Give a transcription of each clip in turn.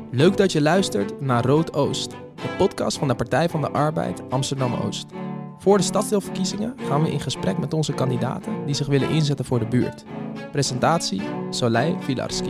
Leuk dat je luistert naar Rood Oost, de podcast van de Partij van de Arbeid Amsterdam-Oost. Voor de stadsdeelverkiezingen gaan we in gesprek met onze kandidaten die zich willen inzetten voor de buurt. Presentatie Soleil Vilarski.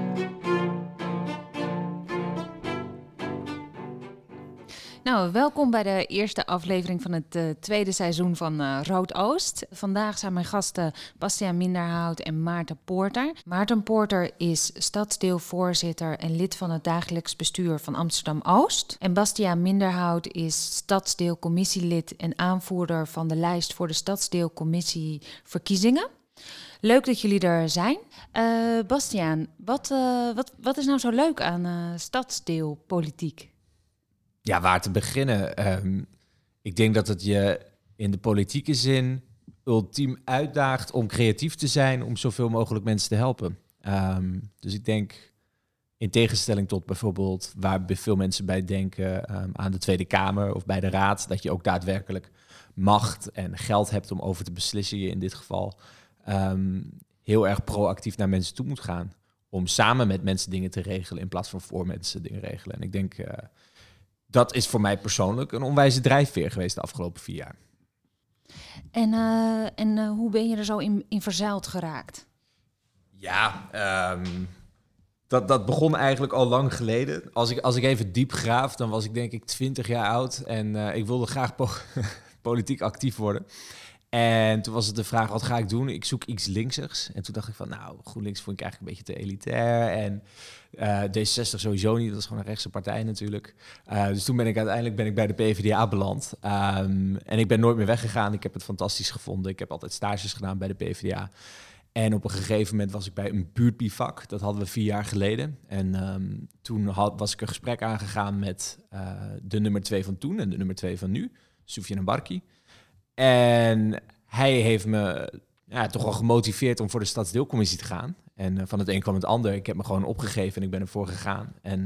Nou, welkom bij de eerste aflevering van het tweede seizoen van Rood Oost. Vandaag zijn mijn gasten Bastiaan Minderhout en Maarten Poorter. Maarten Poorter is stadsdeelvoorzitter en lid van het dagelijks bestuur van Amsterdam-Oost. En Bastiaan Minderhout is stadsdeelcommissielid en aanvoerder van de lijst voor de stadsdeelcommissieverkiezingen. Leuk dat jullie er zijn. Bastiaan, wat is nou zo leuk aan stadsdeelpolitiek? Ja, waar te beginnen? Ik denk dat het je in de politieke zin ultiem uitdaagt om creatief te zijn, om zoveel mogelijk mensen te helpen. Dus ik denk, in tegenstelling tot bijvoorbeeld waar veel mensen bij denken aan de Tweede Kamer of bij de Raad, dat je ook daadwerkelijk macht en geld hebt om over te beslissen, je in dit geval heel erg proactief naar mensen toe moet gaan. Om samen met mensen dingen te regelen in plaats van voor mensen dingen regelen. En ik denk, dat is voor mij persoonlijk een onwijze drijfveer geweest de afgelopen 4 jaar. En hoe ben je er zo in verzeild geraakt? Ja, dat begon eigenlijk al lang geleden. Als ik even diep graaf, dan was ik denk ik 20 jaar oud. En ik wilde graag politiek actief worden. En toen was het de vraag, wat ga ik doen? Ik zoek iets linksigs. En toen dacht ik van, nou, GroenLinks vond ik eigenlijk een beetje te elitair. En D66 sowieso niet, dat is gewoon een rechtse partij natuurlijk. Dus toen ben ik uiteindelijk bij de PvdA beland. En ik ben nooit meer weggegaan. Ik heb het fantastisch gevonden. Ik heb altijd stages gedaan bij de PvdA. En op een gegeven moment was ik bij een buurtbivak. Dat hadden we 4 jaar geleden. En toen was ik een gesprek aangegaan met de nummer 2 van toen en de nummer 2 van nu, Soufiane Barki. En hij heeft me toch wel gemotiveerd om voor de stadsdeelcommissie te gaan. En van het een kwam het ander. Ik heb me gewoon opgegeven en ik ben ervoor gegaan. En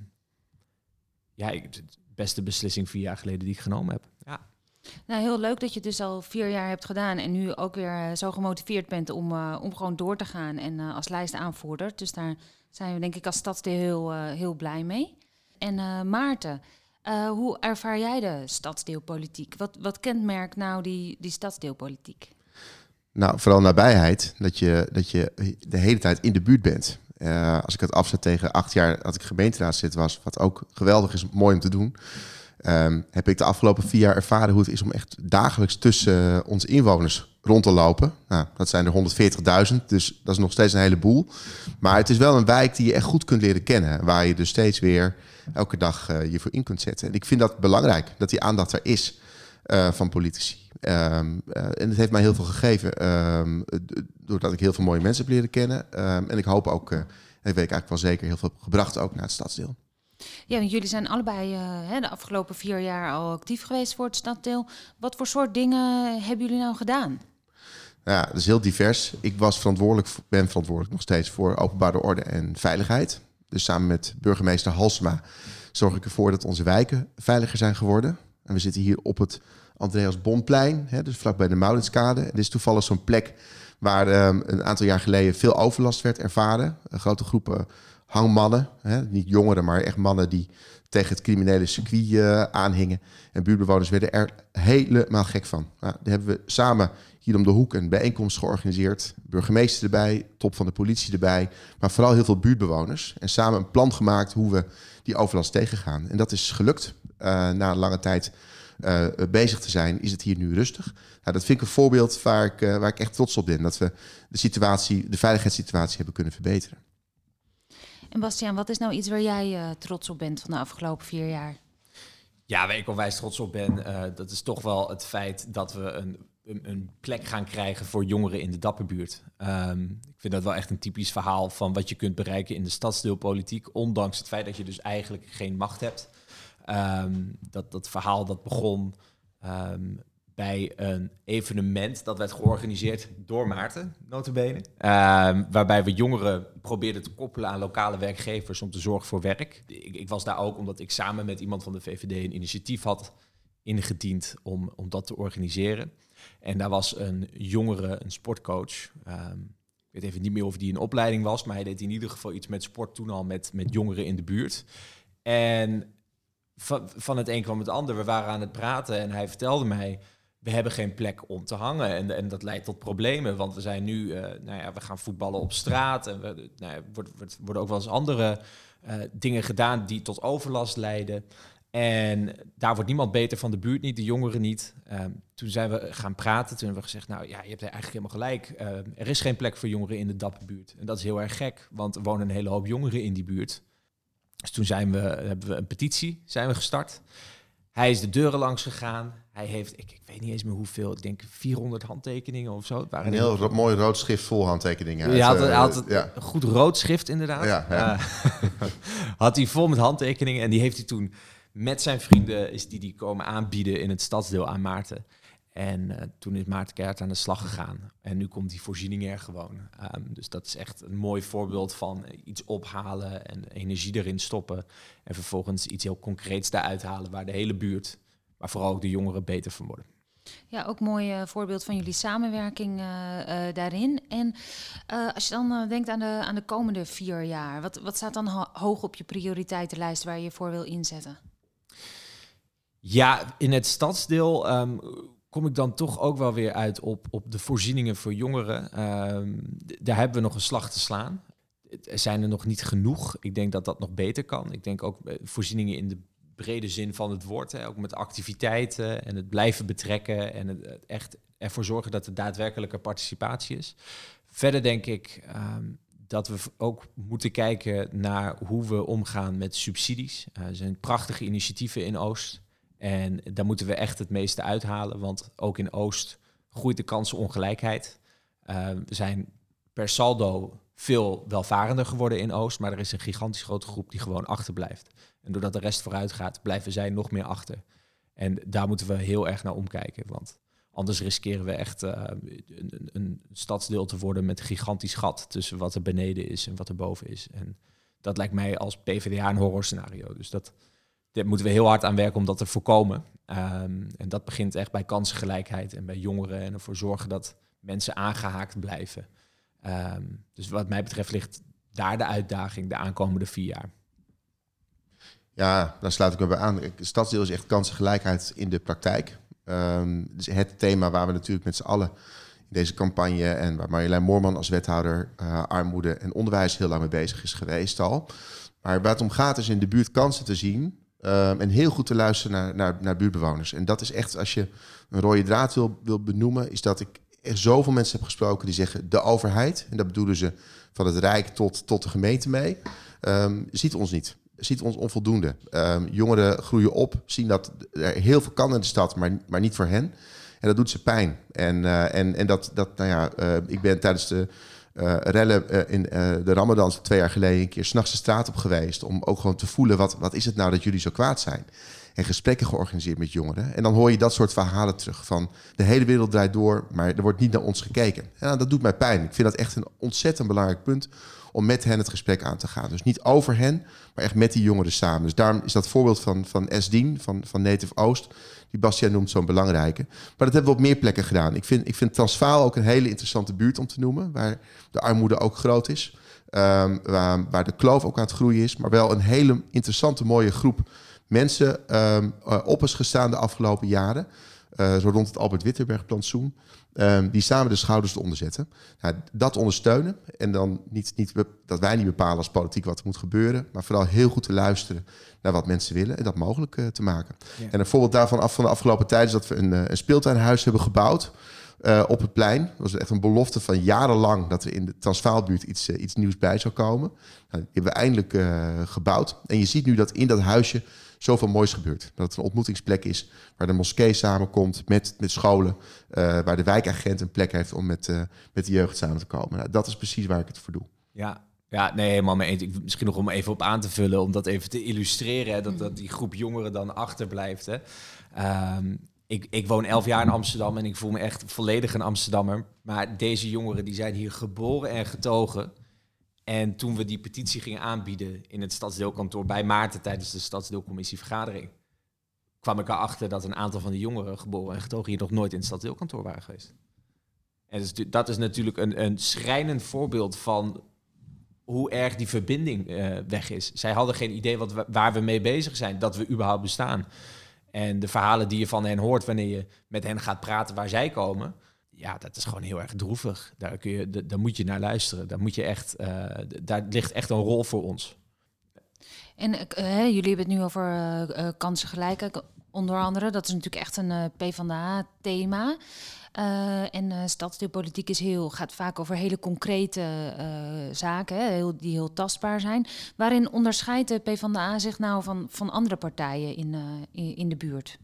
de beste beslissing 4 jaar geleden die ik genomen heb. Ja. Nou, heel leuk dat je het dus al 4 jaar hebt gedaan en nu ook weer zo gemotiveerd bent om gewoon door te gaan en als lijstaanvoerder. Dus daar zijn we denk ik als stadsdeel heel blij mee. En Maarten, hoe ervaar jij de stadsdeelpolitiek? Wat kenmerkt nou die stadsdeelpolitiek? Nou, vooral nabijheid, dat je de hele tijd in de buurt bent. Als ik het afzet tegen 8 jaar dat ik gemeenteraadslid was, wat ook geweldig is, mooi om te doen, heb ik de afgelopen 4 jaar ervaren hoe het is om echt dagelijks tussen onze inwoners rond te lopen. Nou, dat zijn er 140.000, dus dat is nog steeds een heleboel. Maar het is wel een wijk die je echt goed kunt leren kennen, waar je dus steeds weer elke dag je voor in kunt zetten. En ik vind dat belangrijk, dat die aandacht er is van politici. En het heeft mij heel veel gegeven, doordat ik heel veel mooie mensen heb leren kennen. En ik hoop ook, dat weet ik eigenlijk wel zeker, heel veel gebracht ook naar het stadsdeel. Ja, want jullie zijn allebei de afgelopen 4 jaar al actief geweest voor het stadsdeel. Wat voor soort dingen hebben jullie nou gedaan? Ja, dat is heel divers. Ik ben verantwoordelijk nog steeds voor openbare orde en veiligheid. Dus samen met burgemeester Halsema zorg ik ervoor dat onze wijken veiliger zijn geworden. En we zitten hier op het Andreas Bonplein, dus vlakbij de Moudenskade. Dit is toevallig zo'n plek waar een aantal jaar geleden veel overlast werd ervaren. Grote groepen hangmannen, niet jongeren, maar echt mannen die tegen het criminele circuit aanhingen. En buurtbewoners werden er helemaal gek van. Nou, daar hebben we samen hier om de hoek een bijeenkomst georganiseerd. Burgemeester erbij, top van de politie erbij, maar vooral heel veel buurtbewoners. En samen een plan gemaakt hoe we die overlast tegengaan. En dat is gelukt. Na een lange tijd bezig te zijn, is het hier nu rustig. Nou, dat vind ik een voorbeeld waar ik echt trots op ben. Dat we de veiligheidssituatie hebben kunnen verbeteren. En Bastiaan, wat is nou iets waar jij trots op bent van de afgelopen 4 jaar? Ja, waar ik onwijs trots op ben, dat is toch wel het feit dat we een plek gaan krijgen voor jongeren in de Dapperbuurt. Ik vind dat wel echt een typisch verhaal van wat je kunt bereiken in de stadsdeelpolitiek, ondanks het feit dat je dus eigenlijk geen macht hebt. Dat verhaal dat begon bij een evenement dat werd georganiseerd door Maarten, nota bene. Waarbij we jongeren probeerden te koppelen aan lokale werkgevers om te zorgen voor werk. Ik was daar ook omdat ik samen met iemand van de VVD een initiatief had ingediend om dat te organiseren. En daar was een jongere, een sportcoach. weet even niet meer of die in opleiding was, maar hij deed in ieder geval iets met sport toen al met jongeren in de buurt. En van het een kwam het ander. We waren aan het praten en hij vertelde mij, we hebben geen plek om te hangen. En dat leidt tot problemen, want we zijn nu, we gaan voetballen op straat. En worden ook wel eens andere dingen gedaan die tot overlast leiden. En daar wordt niemand beter van, de buurt niet, de jongeren niet. Toen zijn we gaan praten, toen hebben we gezegd, nou ja, je hebt eigenlijk helemaal gelijk. Er is geen plek voor jongeren in de Dapperbuurt. En dat is heel erg gek, want er wonen een hele hoop jongeren in die buurt. Dus toen hebben we een petitie gestart. Hij is de deuren langs gegaan. Hij heeft, ik weet niet eens meer hoeveel, ik denk 400 handtekeningen of zo. Het waren een heel mooi rood schrift vol handtekeningen. Hij had een goed rood schrift inderdaad. Ja. Had hij vol met handtekeningen en die heeft hij toen met zijn vrienden is die komen aanbieden in het stadsdeel aan Maarten. En toen is Maarten keihard aan de slag gegaan. En nu komt die voorziening er gewoon. Dus dat is echt een mooi voorbeeld van iets ophalen en energie erin stoppen. En vervolgens iets heel concreets daaruit halen waar de hele buurt, maar vooral ook de jongeren beter van worden. Ja, ook een mooi voorbeeld van jullie samenwerking daarin. En als je dan denkt aan de komende 4 jaar, wat staat dan hoog op je prioriteitenlijst waar je je voor wil inzetten? Ja, in het stadsdeel kom ik dan toch ook wel weer uit op de voorzieningen voor jongeren. Daar hebben we nog een slag te slaan. Er zijn er nog niet genoeg. Ik denk dat dat nog beter kan. Ik denk ook voorzieningen in de brede zin van het woord. Hè, ook met activiteiten en het blijven betrekken en het echt ervoor zorgen dat er daadwerkelijke participatie is. Verder denk ik dat we ook moeten kijken naar hoe we omgaan met subsidies. Er zijn prachtige initiatieven in Oost. En daar moeten we echt het meeste uithalen, want ook in Oost groeit de kansenongelijkheid. We zijn per saldo veel welvarender geworden in Oost, maar er is een gigantisch grote groep die gewoon achterblijft. En doordat de rest vooruit gaat, blijven zij nog meer achter. En daar moeten we heel erg naar omkijken, want anders riskeren we echt een stadsdeel te worden met een gigantisch gat tussen wat er beneden is en wat er boven is. En dat lijkt mij als PvdA een horrorscenario. Dus daar moeten we heel hard aan werken om dat te voorkomen. En dat begint echt bij kansengelijkheid en bij jongeren en ervoor zorgen dat mensen aangehaakt blijven. Dus wat mij betreft ligt daar de uitdaging de aankomende 4 jaar. Ja, daar sluit ik me bij aan. Het stadsdeel is echt kansengelijkheid in de praktijk. Dus het thema waar we natuurlijk met z'n allen in deze campagne en waar Marjolein Moorman als wethouder armoede en onderwijs heel lang mee bezig is geweest al. Maar waar het om gaat is in de buurt kansen te zien en heel goed te luisteren naar buurtbewoners. En dat is echt, als je een rode draad wil benoemen, is dat ik echt zoveel mensen heb gesproken die zeggen de overheid, en dat bedoelen ze van het Rijk tot de gemeente mee, ziet ons niet. Ziet ons onvoldoende. Jongeren groeien op, zien dat er heel veel kan in de stad, maar niet voor hen. En dat doet ze pijn. Ik ben tijdens de rellen in de Ramadan 2 jaar geleden een keer 's nachts de straat op geweest om ook gewoon te voelen wat is het nou dat jullie zo kwaad zijn. En gesprekken georganiseerd met jongeren. En dan hoor je dat soort verhalen terug van de hele wereld draait door, maar er wordt niet naar ons gekeken. En dat doet mij pijn. Ik vind dat echt een ontzettend belangrijk punt om met hen het gesprek aan te gaan. Dus niet over hen, maar echt met die jongeren samen. Dus daarom is dat voorbeeld van Esdien, van Native Oost, die Bastiaan noemt, zo'n belangrijke. Maar dat hebben we op meer plekken gedaan. Ik vind Transvaal ook een hele interessante buurt om te noemen, waar de armoede ook groot is. Waar de kloof ook aan het groeien is, maar wel een hele interessante, mooie groep mensen op is gestaan de afgelopen jaren. Zo rond het Albert Wittenberg-plantsoen. Die samen de schouders eronder zetten. Nou, dat ondersteunen. En dan niet dat wij niet bepalen als politiek wat er moet gebeuren. Maar vooral heel goed te luisteren naar wat mensen willen. En dat mogelijk te maken. Ja. En een voorbeeld daarvan van de afgelopen tijd is dat we een speeltuinhuis hebben gebouwd. Op het plein. Dat was echt een belofte van jarenlang dat er in de Transvaalbuurt iets nieuws bij zou komen. Nou, die hebben we eindelijk gebouwd. En je ziet nu dat in dat huisje zoveel moois gebeurt. Dat het een ontmoetingsplek is waar de moskee samenkomt met scholen. Waar de wijkagent een plek heeft om met de jeugd samen te komen. Nou, dat is precies waar ik het voor doe. Ja, nee, helemaal mee eens. Misschien nog om even op aan te vullen, om dat even te illustreren. Hè, dat die groep jongeren dan achterblijft. Hè. Ik woon 11 jaar in Amsterdam en ik voel me echt volledig een Amsterdammer. Maar deze jongeren die zijn hier geboren en getogen. En toen we die petitie gingen aanbieden in het stadsdeelkantoor bij Maarten tijdens de stadsdeelcommissievergadering, kwam ik erachter dat een aantal van de jongeren geboren en getogen hier nog nooit in het stadsdeelkantoor waren geweest. En dat is natuurlijk een schrijnend voorbeeld van hoe erg die verbinding weg is. Zij hadden geen idee waar we mee bezig zijn, dat we überhaupt bestaan. En de verhalen die je van hen hoort wanneer je met hen gaat praten waar zij komen, ja, dat is gewoon heel erg droevig. Daar moet je naar luisteren. Daar ligt echt een rol voor ons. En jullie hebben het nu over kansengelijkheid, onder andere. Dat is natuurlijk echt een PvdA-thema. Stadsdeelpolitiek gaat vaak over hele concrete zaken, die heel tastbaar zijn. Waarin onderscheidt de PvdA zich nou van andere partijen in de buurt?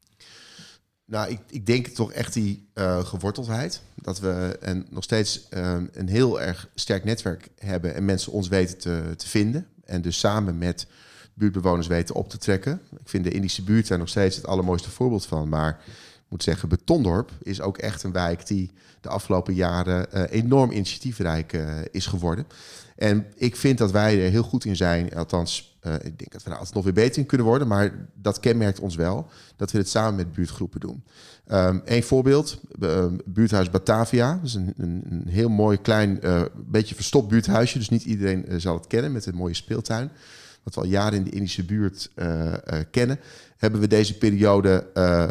Nou, ik denk toch echt die geworteldheid. Dat we nog steeds een heel erg sterk netwerk hebben en mensen ons weten te vinden. En dus samen met buurtbewoners weten op te trekken. Ik vind de Indische buurt daar nog steeds het allermooiste voorbeeld van. Maar ik moet zeggen, Betondorp is ook echt een wijk die de afgelopen jaren enorm initiatiefrijk is geworden. En ik vind dat wij er heel goed in zijn. Althans, ik denk dat we er altijd nog weer beter in kunnen worden. Maar dat kenmerkt ons wel, dat we het samen met buurtgroepen doen. Een voorbeeld, buurthuis Batavia. Dat is een heel mooi klein, beetje verstopt buurthuisje. Dus niet iedereen zal het kennen, met een mooie speeltuin. Wat we al jaren in de Indische buurt kennen. Hebben we deze periode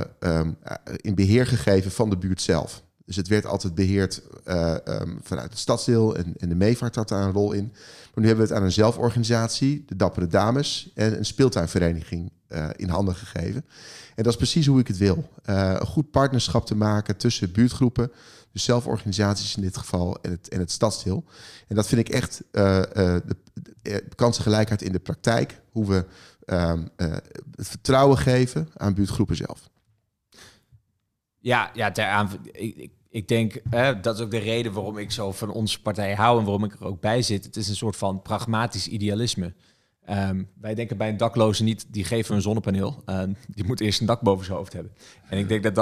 in beheer gegeven van de buurt zelf. Dus het werd altijd beheerd vanuit het stadsdeel en de Meevaart had daar een rol in. Maar nu hebben we het aan een zelforganisatie, de Dappere Dames en een speeltuinvereniging in handen gegeven. En dat is precies hoe ik het wil. Een goed partnerschap te maken tussen buurtgroepen, dus zelforganisaties in dit geval en het stadsdeel. En dat vind ik echt de kansengelijkheid in de praktijk. Hoe we het vertrouwen geven aan buurtgroepen zelf. Ja, ik denk, dat is ook de reden waarom ik zo van onze partij hou en waarom ik er ook bij zit. Het is een soort van pragmatisch idealisme. Wij denken bij een dakloze niet, die geven een zonnepaneel. Die moet eerst een dak boven zijn hoofd hebben. En ik denk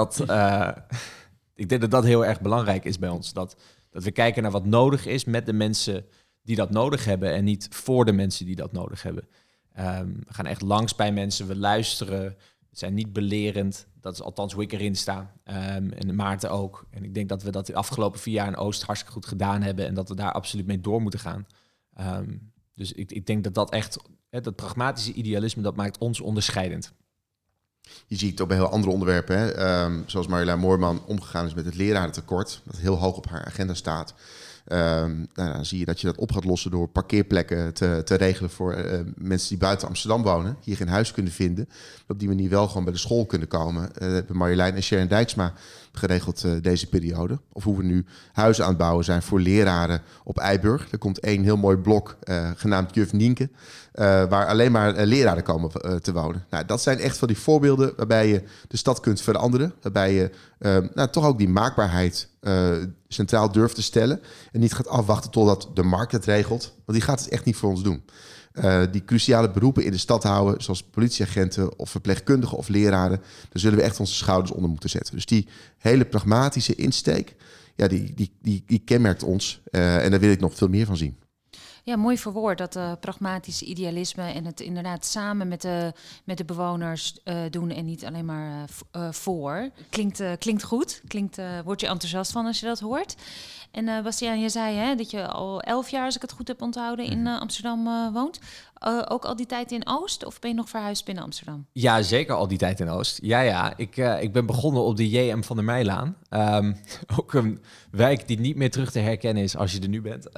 dat heel erg belangrijk is bij ons. Dat we kijken naar wat nodig is met de mensen die dat nodig hebben en niet voor de mensen die dat nodig hebben. We gaan echt langs bij mensen, we luisteren, we zijn niet belerend. Dat is althans hoe ik erin sta. En Maarten ook. En ik denk dat we dat de afgelopen 4 jaar in Oost hartstikke goed gedaan hebben en dat we daar absoluut mee door moeten gaan. Dus ik denk dat echt, dat pragmatische idealisme, dat maakt ons onderscheidend. Je ziet het ook bij heel andere onderwerpen. Hè? Zoals Marjolein Moorman omgegaan is met het lerarentekort. Dat heel hoog op haar agenda staat. Dan zie je dat je dat op gaat lossen door parkeerplekken te regelen voor mensen die buiten Amsterdam wonen. Hier geen huis kunnen vinden. Op die manier wel gewoon bij de school kunnen komen. Hebben Marjolein en Sharon Dijksma geregeld deze periode. Of hoe we nu huizen aan het bouwen zijn voor leraren op Eiburg. Er komt 1 heel mooi blok genaamd Juf Nienke. Waar alleen maar leraren komen te wonen. Nou, dat zijn echt van die voorbeelden waarbij je de stad kunt veranderen. Waarbij je toch ook die maakbaarheid centraal durft te stellen. En niet gaat afwachten totdat de markt het regelt. Want die gaat het echt niet voor ons doen. Die cruciale beroepen in de stad houden, zoals politieagenten of verpleegkundigen of leraren, daar zullen we echt onze schouders onder moeten zetten. Dus die hele pragmatische insteek, ja, die kenmerkt ons. En daar wil ik nog veel meer van zien. Ja, mooi verwoord, dat pragmatische idealisme en het inderdaad samen met de bewoners doen en niet alleen maar voor. Klinkt goed, word je enthousiast van als je dat hoort. En Bastiaan, je zei dat je al 11 jaar, als ik het goed heb onthouden, in Amsterdam woont. Ook al die tijd in Oost, of ben je nog verhuisd binnen Amsterdam? Ja, zeker al die tijd in Oost. Ja. Ik ben begonnen op de J.M. van der Meijlaan. Ook een wijk die niet meer terug te herkennen is als je er nu bent.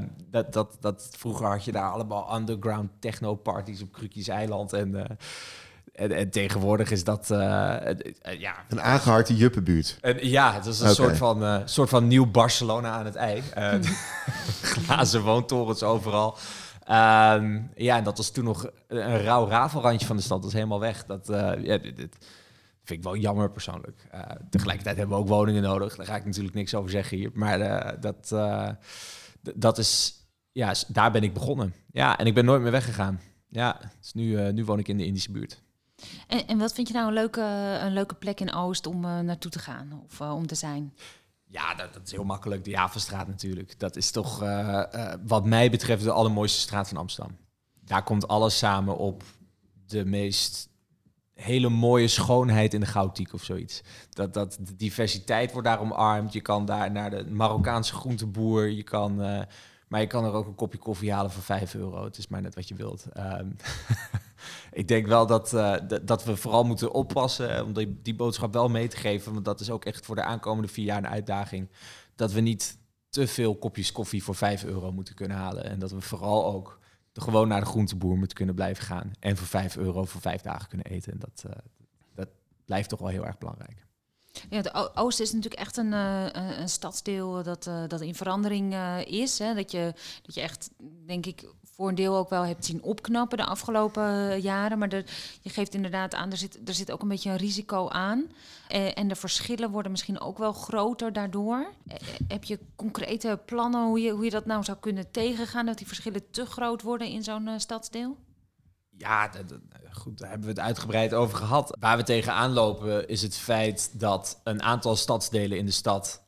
Vroeger had je daar allemaal underground techno-parties op Krukjes Eiland. En tegenwoordig is dat... Een aangeharde juppenbuurt. Het is een soort van nieuw Barcelona aan het ei. Glazen woontorens overal. En dat was toen nog een rauw rafelrandje van de stad. Dat is helemaal weg. Dat vind ik wel jammer persoonlijk. Tegelijkertijd hebben we ook woningen nodig. Daar ga ik natuurlijk niks over zeggen hier. Maar dat is... Ja, daar ben ik begonnen. Ja, en ik ben nooit meer weggegaan. Ja, dus nu woon ik in de Indische buurt. En wat vind je nou een leuke plek in Oost om naartoe te gaan of om te zijn? Ja, dat is heel makkelijk. De Javastraat natuurlijk. Dat is toch wat mij betreft de allermooiste straat van Amsterdam. Daar komt alles samen op de meest hele mooie schoonheid in de goudtiek of zoiets. Dat de diversiteit wordt daar omarmd. Je kan daar naar de Marokkaanse groenteboer. Maar je kan er ook een kopje koffie halen voor €5. Het is maar net wat je wilt. Ik denk wel dat we vooral moeten oppassen om die boodschap wel mee te geven. Want dat is ook echt voor de aankomende 4 jaar een uitdaging. Dat we niet te veel kopjes koffie voor €5 moeten kunnen halen. En dat we vooral ook gewoon naar de groenteboer moeten kunnen blijven gaan. En voor €5 voor 5 dagen kunnen eten. En dat blijft toch wel heel erg belangrijk. Ja, het Oosten is natuurlijk echt een stadsdeel dat in verandering is. Hè? Dat je echt, denk ik, voor een deel ook wel hebt zien opknappen de afgelopen jaren. Maar je geeft inderdaad aan, er zit ook een beetje een risico aan. En de verschillen worden misschien ook wel groter daardoor. Heb je concrete plannen hoe je dat nou zou kunnen tegengaan? Dat die verschillen te groot worden in zo'n stadsdeel? Ja, goed, daar hebben we het uitgebreid over gehad. Waar we tegenaan lopen is het feit dat een aantal stadsdelen in de stad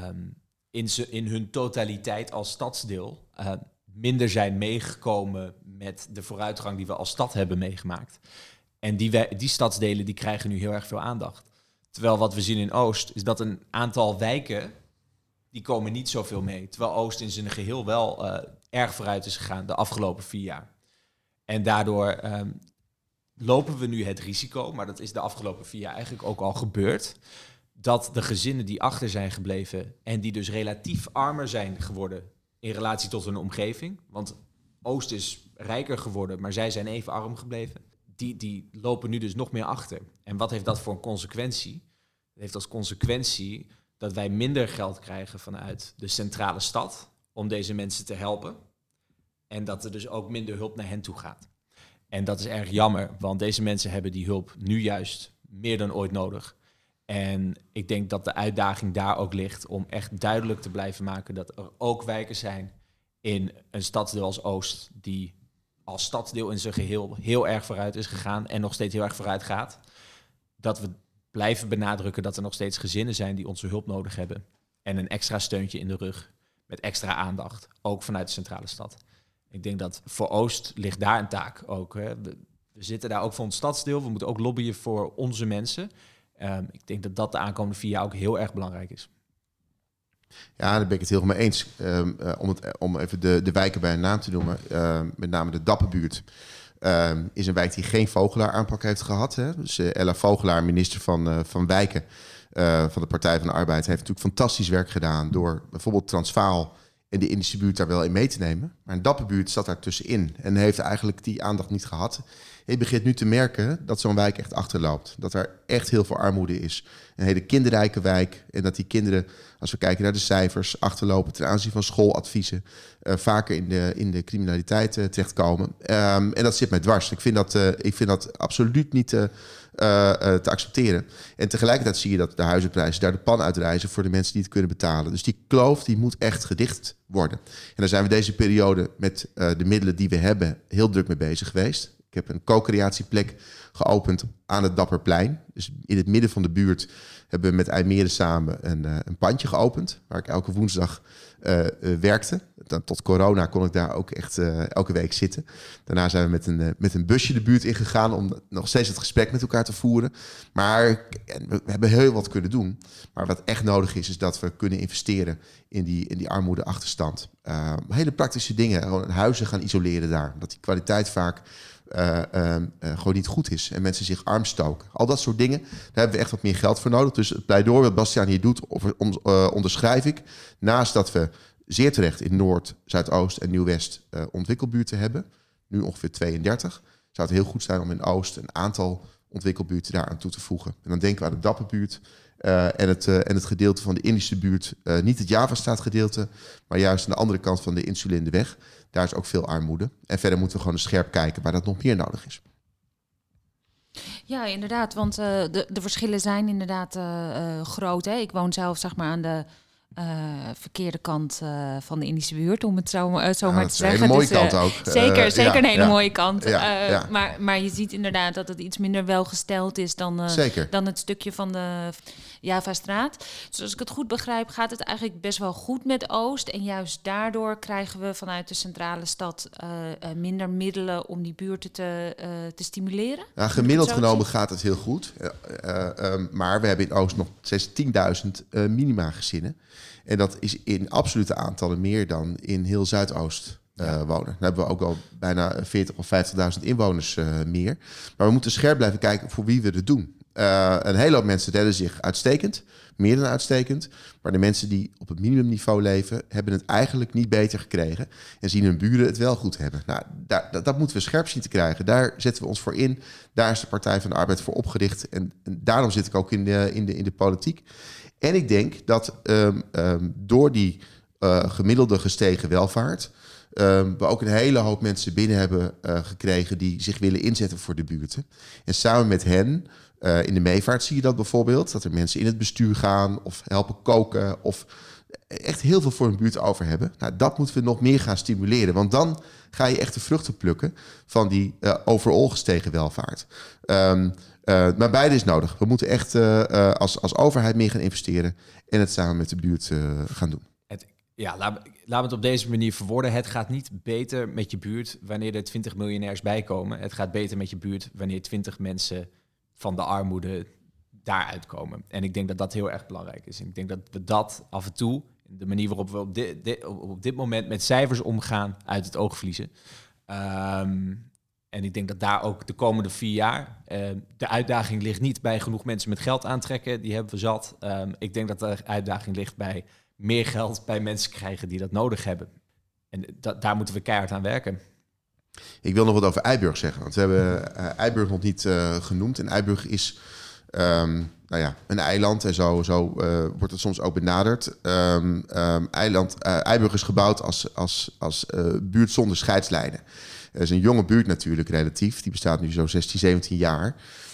in hun totaliteit als stadsdeel minder zijn meegekomen met de vooruitgang die we als stad hebben meegemaakt. En die stadsdelen die krijgen nu heel erg veel aandacht. Terwijl wat we zien in Oost is dat een aantal wijken, die komen niet zoveel mee. Terwijl Oost in zijn geheel wel erg vooruit is gegaan de afgelopen 4 jaar. En daardoor lopen we nu het risico, maar dat is de afgelopen 4 jaar eigenlijk ook al gebeurd, dat de gezinnen die achter zijn gebleven en die dus relatief armer zijn geworden in relatie tot hun omgeving, want Oost is rijker geworden, maar zij zijn even arm gebleven, die lopen nu dus nog meer achter. En wat heeft dat voor een consequentie? Het heeft als consequentie dat wij minder geld krijgen vanuit de centrale stad om deze mensen te helpen. En dat er dus ook minder hulp naar hen toe gaat. En dat is erg jammer, want deze mensen hebben die hulp nu juist meer dan ooit nodig. En ik denk dat de uitdaging daar ook ligt om echt duidelijk te blijven maken dat er ook wijken zijn in een stadsdeel als Oost, die als stadsdeel in zijn geheel heel erg vooruit is gegaan en nog steeds heel erg vooruit gaat. Dat we blijven benadrukken dat er nog steeds gezinnen zijn die onze hulp nodig hebben. En een extra steuntje in de rug met extra aandacht, ook vanuit de centrale stad. Ik denk dat voor Oost ligt daar een taak ook. Hè. We zitten daar ook voor ons stadsdeel. We moeten ook lobbyen voor onze mensen. Ik denk dat de aankomende 4 jaar ook heel erg belangrijk is. Ja, daar ben ik het heel erg mee eens. Om even de wijken bij een naam te noemen. Met name de Dapperbuurt. Is een wijk die geen Vogelaar-aanpak heeft gehad. Hè. Dus Ella Vogelaar, minister van Wijken van de Partij van de Arbeid, heeft natuurlijk fantastisch werk gedaan door bijvoorbeeld Transvaal en de Indische buurt daar wel in mee te nemen. Maar een Dapperbuurt zat daar tussenin en heeft eigenlijk die aandacht niet gehad. Je begint nu te merken dat zo'n wijk echt achterloopt. Dat er echt heel veel armoede is. Een hele kinderrijke wijk. En dat die kinderen, als we kijken naar de cijfers, achterlopen ten aanzien van schooladviezen. Vaker in de criminaliteit terechtkomen. En dat zit mij dwars. Ik vind dat absoluut niet te accepteren. En tegelijkertijd zie je dat de huizenprijzen daar de pan uitreizen voor de mensen die het kunnen betalen. Dus die kloof die moet echt gedicht worden. En daar zijn we deze periode met de middelen die we hebben heel druk mee bezig geweest. Ik heb een co-creatieplek geopend aan het Dapperplein. Dus in het midden van de buurt hebben we met IJmere samen een pandje geopend, waar ik elke woensdag werkte. Dan, tot corona kon ik daar ook echt elke week zitten. Daarna zijn we met een busje de buurt ingegaan om nog steeds het gesprek met elkaar te voeren. Maar we hebben heel wat kunnen doen. Maar wat echt nodig is dat we kunnen investeren in die armoedeachterstand. Hele praktische dingen. Gewoon huizen gaan isoleren daar. Dat die kwaliteit vaak gewoon niet goed is en mensen zich arm stoken. Al dat soort dingen, daar hebben we echt wat meer geld voor nodig. Dus het pleidooi wat Bastiaan hier doet, onderschrijf ik. Naast dat we zeer terecht in Noord, Zuidoost en Nieuw-West ontwikkelbuurten hebben, nu ongeveer 32, zou het heel goed zijn om in Oost een aantal ontwikkelbuurten daar aan toe te voegen. En dan denken we aan de Dapperbuurt en het gedeelte van de Indische buurt, niet het Javastraatgedeelte, maar juist aan de andere kant van de Insulindeweg. Daar is ook veel armoede. En verder moeten we gewoon scherp kijken waar dat nog meer nodig is. Ja, inderdaad, want de verschillen zijn inderdaad groot. Hè? Ik woon zelf zeg maar aan de verkeerde kant van de Indische buurt, om het zo maar te zeggen. Een hele mooie kant ook. Zeker een hele mooie kant. Ja. Maar je ziet inderdaad dat het iets minder welgesteld is dan het stukje van Javastraat. Dus als ik het goed begrijp, gaat het eigenlijk best wel goed met Oost. En juist daardoor krijgen we vanuit de centrale stad minder middelen om die buurten te stimuleren. Nou, gemiddeld genomen gaat het heel goed. Maar we hebben in Oost nog steeds 10.000 minima-gezinnen. En dat is in absolute aantallen meer dan in heel Zuidoost wonen. Dan hebben we ook al bijna 40.000 of 50.000 inwoners meer. Maar we moeten scherp blijven kijken voor wie we het doen. Een hele hoop mensen redden zich uitstekend, meer dan uitstekend. Maar de mensen die op het minimumniveau leven, hebben het eigenlijk niet beter gekregen. En zien hun buren het wel goed hebben. Nou, dat moeten we scherp zien te krijgen. Daar zetten we ons voor in. Daar is de Partij van de Arbeid voor opgericht. En daarom zit ik ook in de politiek. En ik denk dat door die gemiddelde gestegen welvaart we ook een hele hoop mensen binnen hebben gekregen die zich willen inzetten voor de buurten. En samen met hen, in de meevaart zie je dat bijvoorbeeld, dat er mensen in het bestuur gaan of helpen koken of echt heel veel voor hun buurt over hebben. Nou, dat moeten we nog meer gaan stimuleren, want dan ga je echt de vruchten plukken van die overal gestegen welvaart. Maar beide is nodig. We moeten echt als overheid meer gaan investeren en het samen met de buurt gaan doen. Laat me het op deze manier verwoorden. Het gaat niet beter met je buurt wanneer er 20 miljonairs bij komen. Het gaat beter met je buurt wanneer 20 mensen van de armoede daaruit komen. En ik denk dat dat heel erg belangrijk is. En ik denk dat we dat af en toe, de manier waarop we op dit moment met cijfers omgaan, uit het oog verliezen. En ik denk dat daar ook de komende 4 jaar... de uitdaging ligt niet bij genoeg mensen met geld aantrekken. Die hebben we zat. Ik denk dat de uitdaging ligt bij meer geld bij mensen krijgen die dat nodig hebben. En daar moeten we keihard aan werken. Ik wil nog wat over Eiburg zeggen. Want we hebben Eiburg nog niet genoemd. En Eiburg is een eiland. En zo wordt het soms ook benaderd. Eiburg is gebouwd als buurt zonder scheidslijnen. Het is een jonge buurt natuurlijk relatief. Die bestaat nu zo 16, 17 jaar.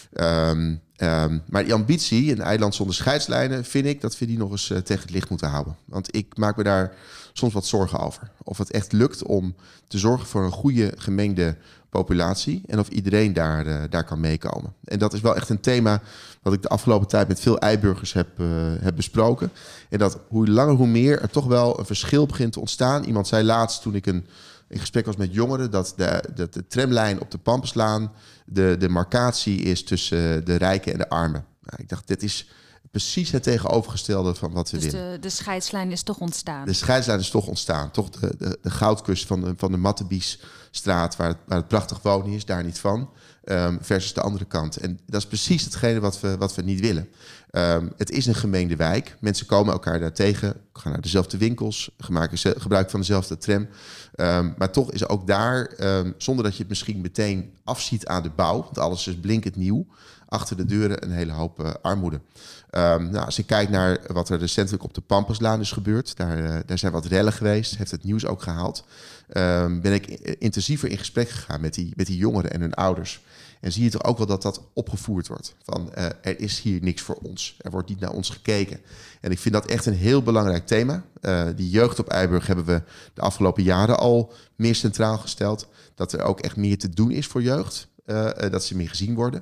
Maar die ambitie, een eiland zonder scheidslijnen, vind ik dat we die nog eens tegen het licht moeten houden. Want ik maak me daar soms wat zorgen over. Of het echt lukt om te zorgen voor een goede gemengde populatie en of iedereen daar kan meekomen. En dat is wel echt een thema wat ik de afgelopen tijd met veel Eiburgers heb besproken. En dat hoe langer hoe meer er toch wel een verschil begint te ontstaan. Iemand zei laatst toen ik in gesprek was met jongeren dat de tramlijn op de Pampuslaan de marcatie is tussen de rijken en de armen. Nou, ik dacht, dit is precies het tegenovergestelde van wat we willen. Dus de scheidslijn is toch ontstaan? De scheidslijn is toch ontstaan. Toch de goudkust van de Mattebiesstraat, waar het prachtig wonen is, daar niet van. Versus de andere kant. En dat is precies hetgene wat we niet willen. Het is een gemengde wijk. Mensen komen elkaar daar tegen, gaan naar dezelfde winkels, maken gebruik van dezelfde tram. Maar toch is ook daar, zonder dat je het misschien meteen afziet aan de bouw, want alles is blinkend nieuw, achter de deuren een hele hoop armoede. Als ik kijk naar wat er recentelijk op de Pampuslaan is gebeurd, daar zijn wat rellen geweest, heeft het nieuws ook gehaald. Ben ik intensiever in gesprek gegaan met die jongeren en hun ouders. En zie je toch ook wel dat opgevoerd wordt. Van er is hier niks voor ons. Er wordt niet naar ons gekeken. En ik vind dat echt een heel belangrijk thema. Die jeugd op Eiburg hebben we de afgelopen jaren al meer centraal gesteld. Dat er ook echt meer te doen is voor jeugd. Dat ze meer gezien worden.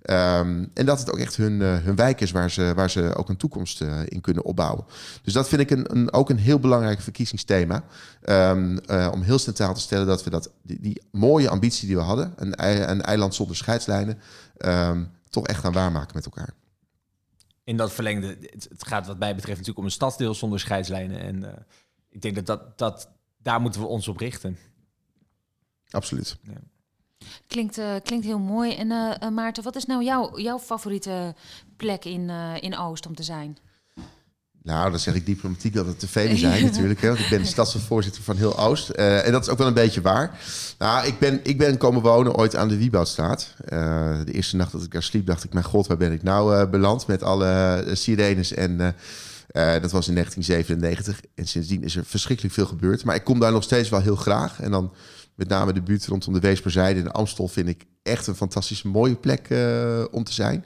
En dat het ook echt hun wijk is waar ze ook een toekomst in kunnen opbouwen. Dus dat vind ik ook een heel belangrijk verkiezingsthema. Om heel centraal te stellen dat we die mooie ambitie die we hadden, een eiland zonder scheidslijnen, toch echt gaan waarmaken met elkaar. In dat verlengde, het gaat wat mij betreft natuurlijk om een stadsdeel zonder scheidslijnen. En ik denk dat daar moeten we ons op richten. Absoluut. Ja. Klinkt heel mooi. En Maarten, wat is nou jouw favoriete plek in Oost om te zijn? Nou, dan zeg ik diplomatiek dat het te velen zijn natuurlijk. Hè, want ik ben de stadsvoorzitter van heel Oost. En dat is ook wel een beetje waar. Nou, ik ben komen wonen ooit aan de Wieboudstraat. De eerste nacht dat ik daar sliep, dacht ik, mijn god, waar ben ik nou beland met alle sirenes en... dat was in 1997 en sindsdien is er verschrikkelijk veel gebeurd. Maar ik kom daar nog steeds wel heel graag. En dan met name de buurt rondom de Weesperzijde en de Amstel vind ik echt een fantastische mooie plek om te zijn.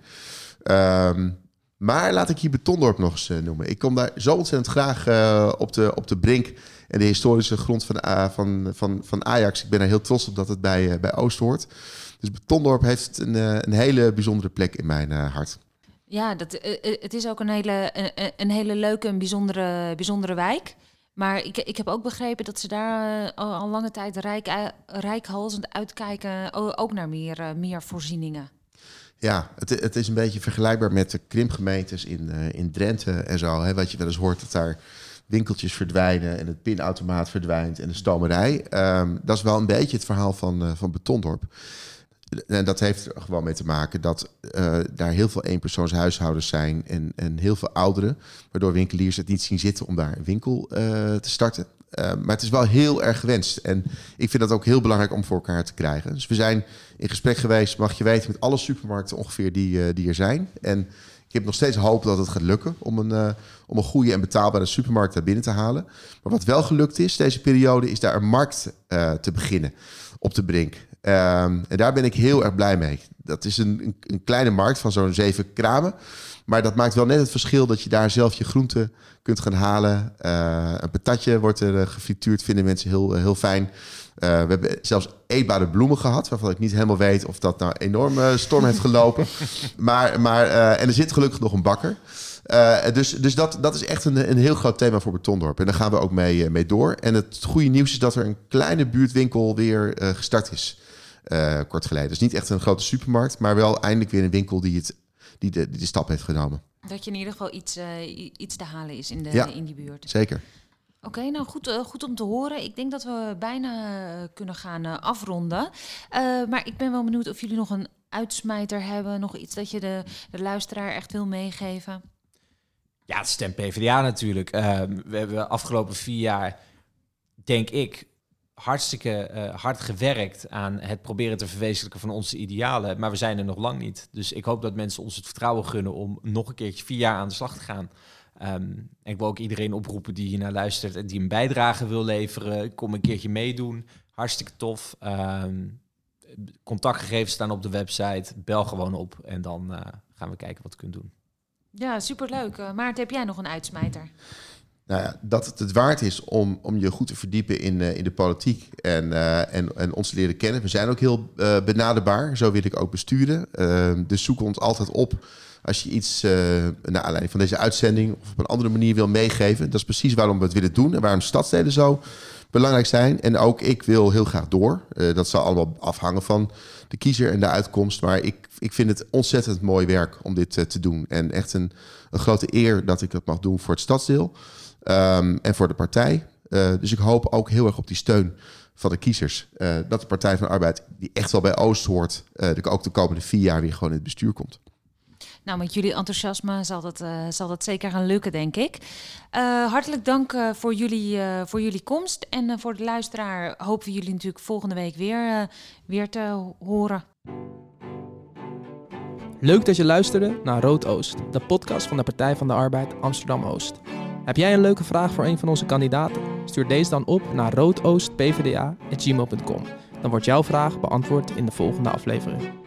Maar laat ik hier Betondorp nog eens noemen. Ik kom daar zo ontzettend graag op de Brink en de historische grond van Ajax. Ik ben er heel trots op dat het bij Oost hoort. Dus Betondorp heeft een hele bijzondere plek in mijn hart. Ja, het is ook een hele leuke en bijzondere wijk. Maar ik heb ook begrepen dat ze daar al lange tijd reikhalzend uitkijken, ook naar meer voorzieningen. Ja, het is een beetje vergelijkbaar met de krimpgemeentes in Drenthe en zo. Hè, wat je wel eens hoort, dat daar winkeltjes verdwijnen en het pinautomaat verdwijnt en de stomerij. Dat is wel een beetje het verhaal van Betondorp. En dat heeft er gewoon mee te maken dat daar heel veel eenpersoonshuishoudens zijn en heel veel ouderen, waardoor winkeliers het niet zien zitten om daar een winkel te starten. Maar het is wel heel erg gewenst. En ik vind dat ook heel belangrijk om voor elkaar te krijgen. Dus we zijn in gesprek geweest, mag je weten, met alle supermarkten ongeveer die er zijn. En ik heb nog steeds hoop dat het gaat lukken om een goede en betaalbare supermarkt daar binnen te halen. Maar wat wel gelukt is deze periode, is daar een markt te beginnen op de Brink. En daar ben ik heel erg blij mee. Dat is een kleine markt van zo'n 7 kramen. Maar dat maakt wel net het verschil dat je daar zelf je groenten kunt gaan halen. Een patatje wordt er gefrituurd, vinden mensen heel fijn. We hebben zelfs eetbare bloemen gehad, waarvan ik niet helemaal weet of dat nou enorm storm heeft gelopen. En er zit gelukkig nog een bakker. Dus dat is echt een heel groot thema voor Betondorp. En daar gaan we ook mee door. En het goede nieuws is dat er een kleine buurtwinkel weer gestart is. Kort geleden. Dus niet echt een grote supermarkt, maar wel eindelijk weer een winkel die de stap heeft genomen. Dat je in ieder geval iets te halen is in die buurt. Zeker. Oké, nou goed om te horen. Ik denk dat we bijna kunnen gaan afronden. Maar ik ben wel benieuwd of jullie nog een uitsmijter hebben. Nog iets dat je de luisteraar echt wil meegeven. Ja, het stem PvdA natuurlijk. We hebben afgelopen 4 jaar, denk ik, hartstikke hard gewerkt aan het proberen te verwezenlijken van onze idealen. Maar we zijn er nog lang niet. Dus ik hoop dat mensen ons het vertrouwen gunnen om nog een keertje 4 jaar aan de slag te gaan. En ik wil ook iedereen oproepen die hiernaar luistert en die een bijdrage wil leveren. Kom een keertje meedoen. Hartstikke tof. Contactgegevens staan op de website. Bel gewoon op en dan gaan we kijken wat we kunnen doen. Ja, superleuk. Maarten, heb jij nog een uitsmijter? Nou ja, dat het waard is om je goed te verdiepen in de politiek en ons te leren kennen. We zijn ook heel benaderbaar. Zo wil ik ook besturen. Dus zoek ons altijd op als je iets naar aanleiding van deze uitzending of op een andere manier wil meegeven. Dat is precies waarom we het willen doen en waarom stadsteden zo belangrijk zijn. En ook ik wil heel graag door. Dat zal allemaal afhangen van de kiezer en de uitkomst. Maar ik vind het ontzettend mooi werk om dit te doen. En echt een grote eer dat ik dat mag doen voor het stadsdeel. En voor de partij. Dus ik hoop ook heel erg op die steun van de kiezers. Dat de Partij van de Arbeid, die echt wel bij Oost hoort, ook de komende 4 jaar weer gewoon in het bestuur komt. Nou, met jullie enthousiasme zal dat zeker gaan lukken, denk ik. Hartelijk dank voor jullie komst. En voor de luisteraar hopen we jullie natuurlijk volgende week weer te horen. Leuk dat je luisterde naar Rood Oost, de podcast van de Partij van de Arbeid Amsterdam-Oost. Heb jij een leuke vraag voor een van onze kandidaten? Stuur deze dan op naar roodoostpvda@gmail.com. Dan wordt jouw vraag beantwoord in de volgende aflevering.